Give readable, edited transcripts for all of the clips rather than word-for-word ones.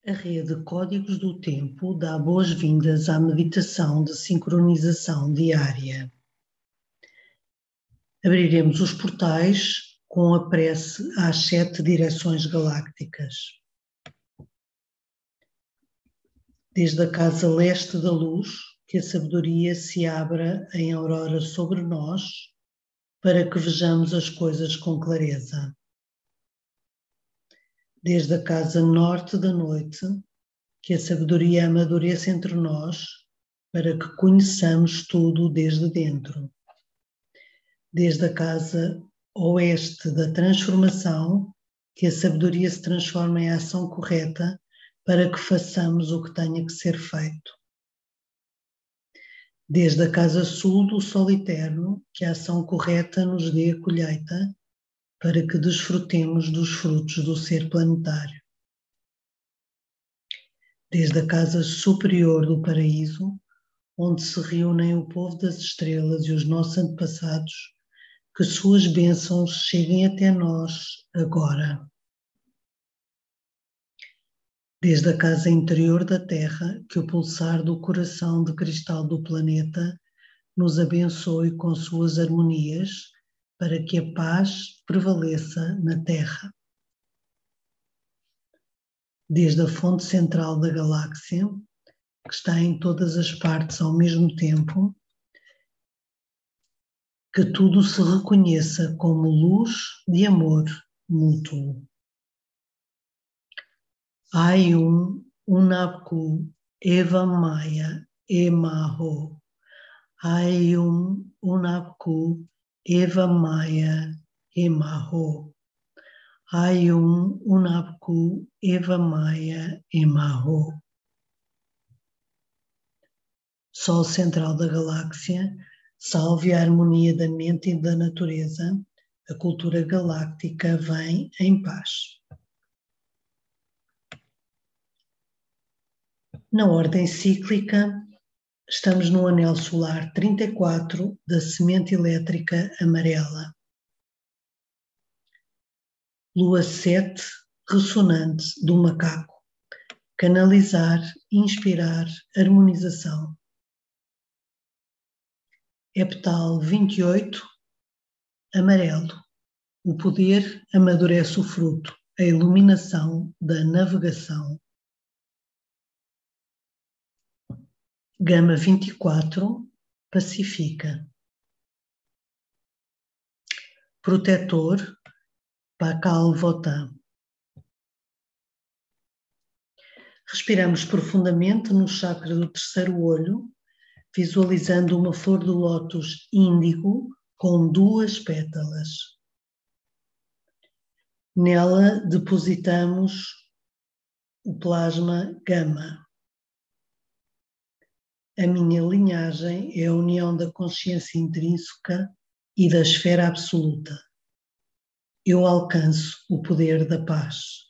A rede Códigos do Tempo dá boas-vindas à meditação de sincronização diária. Abriremos os portais com a prece às 7 direções galácticas. Desde a casa leste da luz, que a sabedoria se abra em aurora sobre nós, para que vejamos as coisas com clareza. Desde a casa norte da noite, que a sabedoria amadureça entre nós, para que conheçamos tudo desde dentro. Desde a casa oeste da transformação, que a sabedoria se transforme em ação correta, para que façamos o que tenha que ser feito. Desde a casa sul do sol eterno, que a ação correta nos dê a colheita, para que desfrutemos dos frutos do ser planetário. Desde a casa superior do paraíso, onde se reúnem o povo das estrelas e os nossos antepassados, que suas bênçãos cheguem até nós agora. Desde a casa interior da Terra, que o pulsar do coração de cristal do planeta nos abençoe com suas harmonias, para que a paz prevaleça na Terra. Desde a fonte central da galáxia, que está em todas as partes ao mesmo tempo, que tudo se reconheça como luz de amor mútuo. Ayum Unapku Eva Maya Emaho. Ayum Unapku Eva Maya Emaho. Ayum Unapku Eva Maya Emaho. Sol central da galáxia, salve a harmonia da mente e da natureza, a cultura galáctica vem em paz. Na ordem cíclica, estamos no anel solar 34 da semente elétrica amarela. Lua 7, ressonante do macaco. Canalizar, inspirar, harmonização. Epital 28, amarelo. O poder amadurece o fruto, a iluminação da navegação. Gama 24, pacifica. Protetor, Pakal Votan. Respiramos profundamente no chakra do terceiro olho, visualizando uma flor de lótus índigo com 2 pétalas. Nela depositamos o plasma gama. A minha linhagem é a união da consciência intrínseca e da esfera absoluta. Eu alcanço o poder da paz.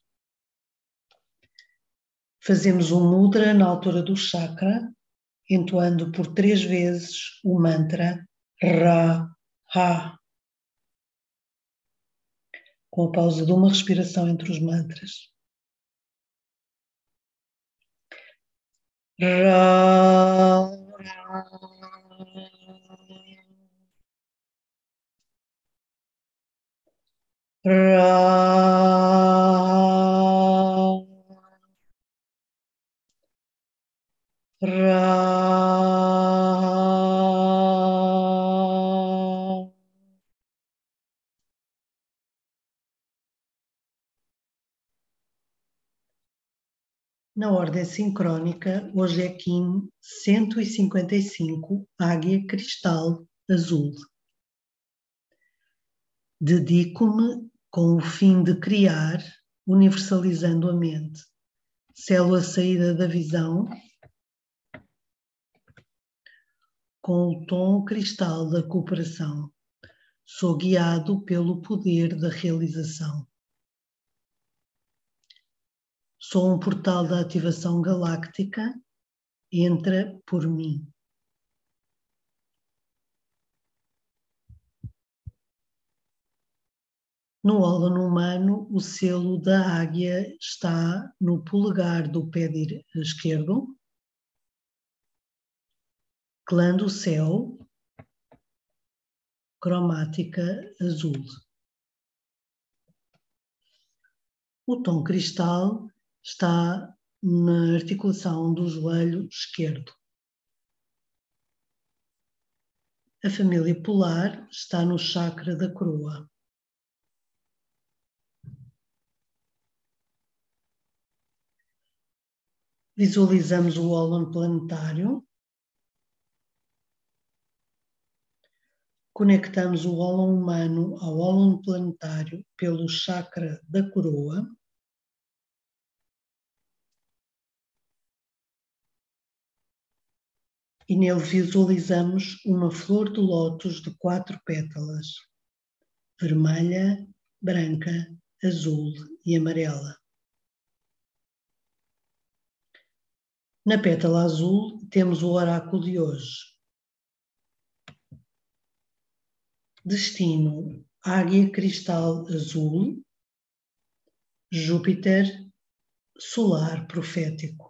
Fazemos um mudra na altura do chakra, entoando por 3 vezes o mantra Ra, Ha, com a pausa de uma respiração entre os mantras. Ra, Ra, Ra. Na ordem sincrónica, hoje é Kim 155, Águia Cristal Azul. Dedico-me com o fim de criar, universalizando a mente. Selo a saída da visão com o tom cristal da cooperação. Sou guiado pelo poder da realização. Sou um portal da ativação galáctica. Entra por mim. No ólon humano, o selo da águia está no polegar do pé esquerdo, clã do céu, cromática azul. O tom cristal está na articulação do joelho esquerdo. A família polar está no chakra da coroa. Visualizamos o ólon planetário. Conectamos o ólon humano ao ólon planetário pelo chakra da coroa. E nele visualizamos uma flor de lótus de 4 pétalas, vermelha, branca, azul e amarela. Na pétala azul temos o oráculo de hoje. Destino: águia cristal azul, Júpiter, solar profético.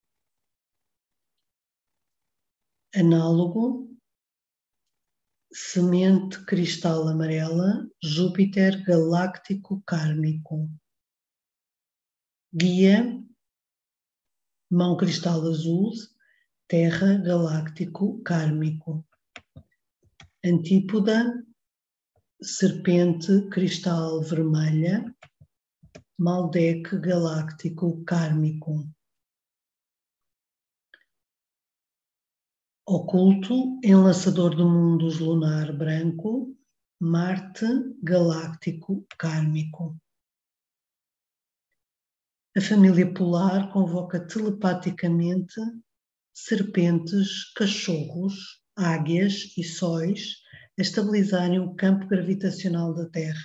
Análogo: semente cristal amarela, Júpiter galáctico kármico. Guia: mão cristal azul, terra galáctico kármico. Antípoda: serpente cristal vermelha, Maldek galáctico kármico. Oculto, enlaçador de mundos lunar branco, Marte galáctico kármico. A família polar convoca telepaticamente serpentes, cachorros, águias e sóis a estabilizarem o campo gravitacional da Terra.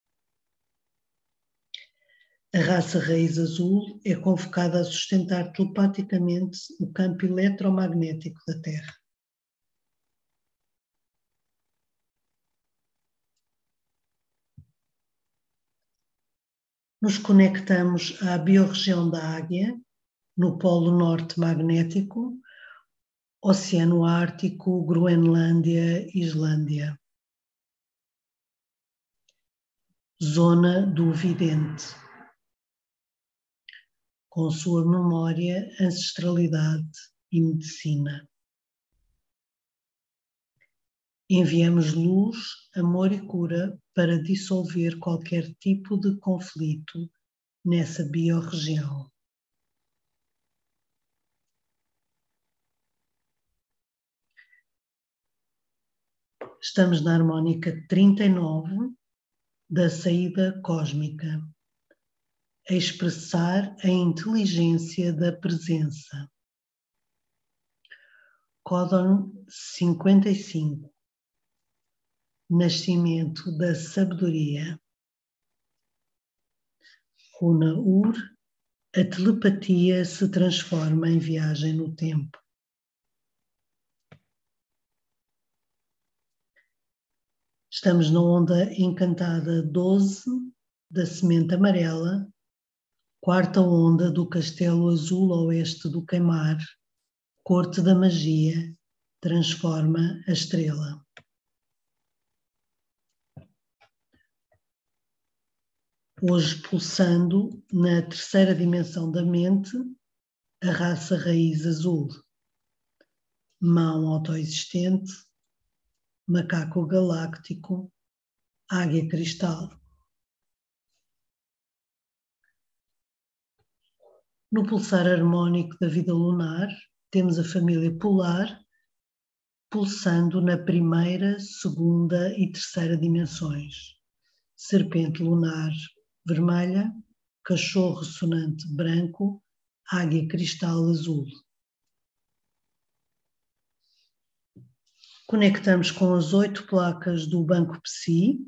A raça raiz azul é convocada a sustentar telepaticamente o campo eletromagnético da Terra. Nos conectamos à biorregião da Águia, no Polo Norte magnético, Oceano Ártico, Groenlândia, Islândia. Zona do Vidente, com sua memória, ancestralidade e medicina. Enviamos luz, amor e cura para dissolver qualquer tipo de conflito nessa biorregião. Estamos na harmónica 39 da saída cósmica, a expressar a inteligência da presença. Códon 55. Nascimento da sabedoria. Runa Ur, a telepatia se transforma em viagem no tempo. Estamos na onda encantada 12 da semente amarela, quarta onda do castelo azul oeste do queimar, corte da magia, transforma a estrela. Hoje pulsando na terceira dimensão da mente, a raça raiz azul, mão autoexistente, macaco galáctico, águia cristal. No pulsar harmónico da vida lunar, temos a família polar pulsando na primeira, segunda e terceira dimensões. Serpente lunar vermelha, cachorro ressonante branco, águia cristal azul. Conectamos com as 8 placas do Banco Psi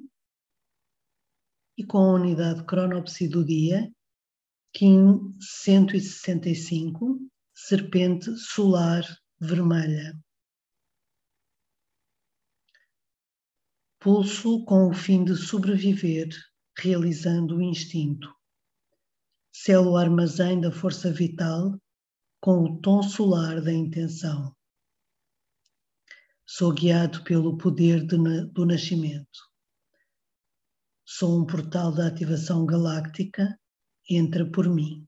e com a unidade cronopsi do dia, Kim 165, serpente solar vermelha. Pulso com o fim de sobreviver, realizando o instinto. Selo o armazém da força vital com o tom solar da intenção. Sou guiado pelo poder do nascimento. Sou um portal da ativação galáctica, entra por mim.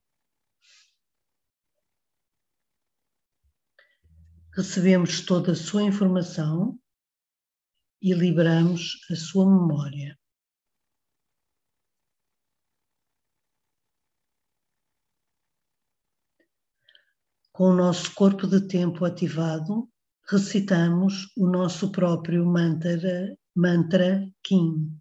Recebemos toda a sua informação e liberamos a sua memória. Com o nosso corpo de tempo ativado, recitamos o nosso próprio mantra Kim.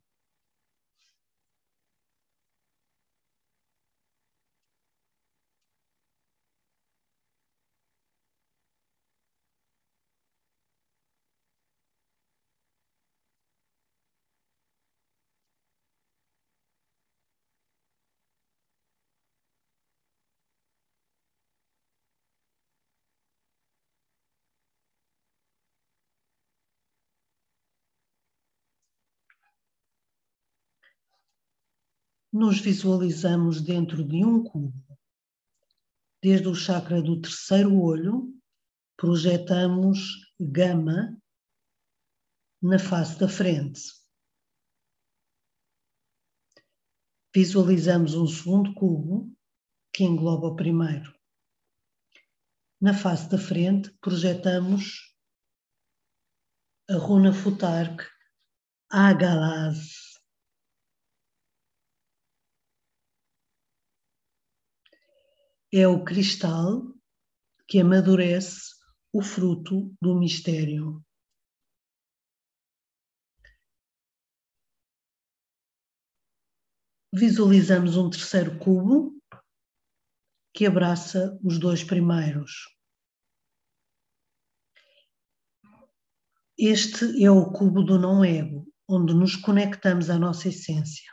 Nos visualizamos dentro de um cubo. Desde o chakra do terceiro olho, projetamos gama na face da frente. Visualizamos um segundo cubo que engloba o primeiro. Na face da frente, projetamos a runa Futark Agalaz. É o cristal que amadurece o fruto do mistério. Visualizamos um terceiro cubo que abraça os dois primeiros. Este é o cubo do não-ego, onde nos conectamos à nossa essência.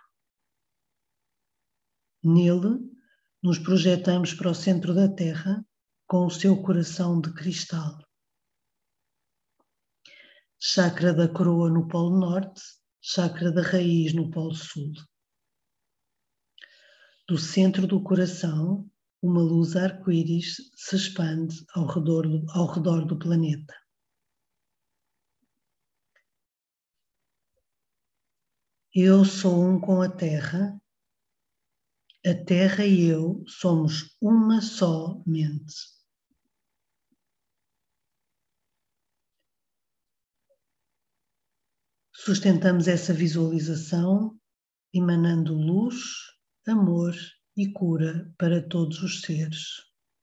Nele, nos projetamos para o centro da Terra com o seu coração de cristal. Chakra da coroa no Polo Norte, chakra da raiz no Polo Sul. Do centro do coração, uma luz arco-íris se expande ao redor do planeta. Eu sou um com a Terra e eu somos uma só mente. Sustentamos essa visualização emanando luz, amor e cura para todos os seres.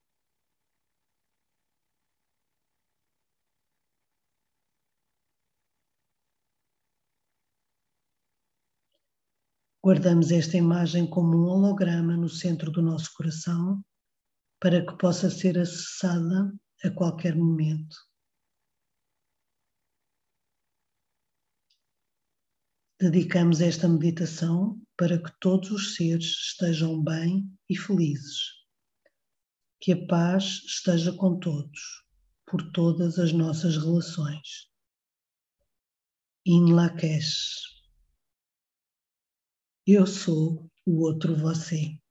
Guardamos esta imagem como um holograma no centro do nosso coração para que possa ser acessada a qualquer momento. Dedicamos esta meditação para que todos os seres estejam bem e felizes. Que a paz esteja com todos, por todas as nossas relações. In Lakesh. Eu sou o outro você.